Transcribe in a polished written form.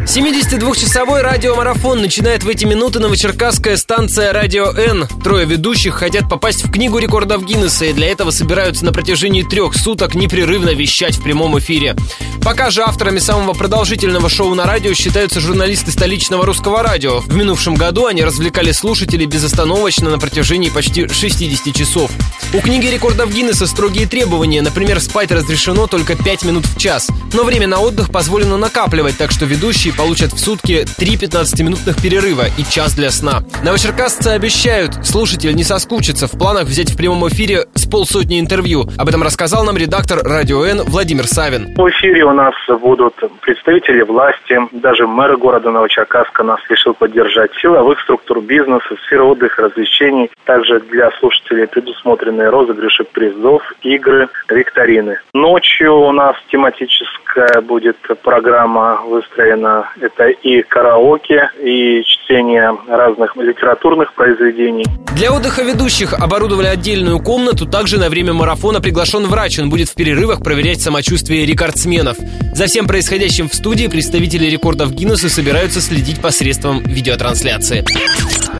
72-часовой радиомарафон начинает в эти минуты новочеркасская станция «Радио Н». Трое ведущих хотят попасть в Книгу рекордов Гиннесса и для этого собираются на протяжении 3 суток непрерывно вещать в прямом эфире. Пока же авторами самого продолжительного шоу на радио считаются журналисты столичного русского радио. В минувшем году они развлекали слушателей безостановочно на протяжении почти 60 часов. У Книги рекордов Гиннесса строгие требования. Например, спать разрешено только 5 минут в час. Но время на отдых позволено накапливать, так что ведущие получат в сутки 3 15-минутных перерыва и час для сна. Новочеркасцы обещают, слушатель не соскучится. В планах взять в прямом эфире с 500 интервью. Об этом рассказал нам редактор «Радио Н» Владимир Савин. В эфире у нас будут представители власти, даже мэр города Новочеркасска нас решил поддержать, силовых структур бизнеса, сферы отдыха, развлечений. Также для слушателей предусмотрены розыгрыши призов, игры, викторины. Ночью у нас тематическая будет программа выстроена. Это и караоке, и чтение разных литературных произведений. Для отдыха ведущих оборудовали отдельную комнату. Также на время марафона приглашен врач. Он будет в перерывах проверять самочувствие рекордсменов. За всем происходящим в студии представители рекордов Гиннесса собираются следить посредством видеотрансляции.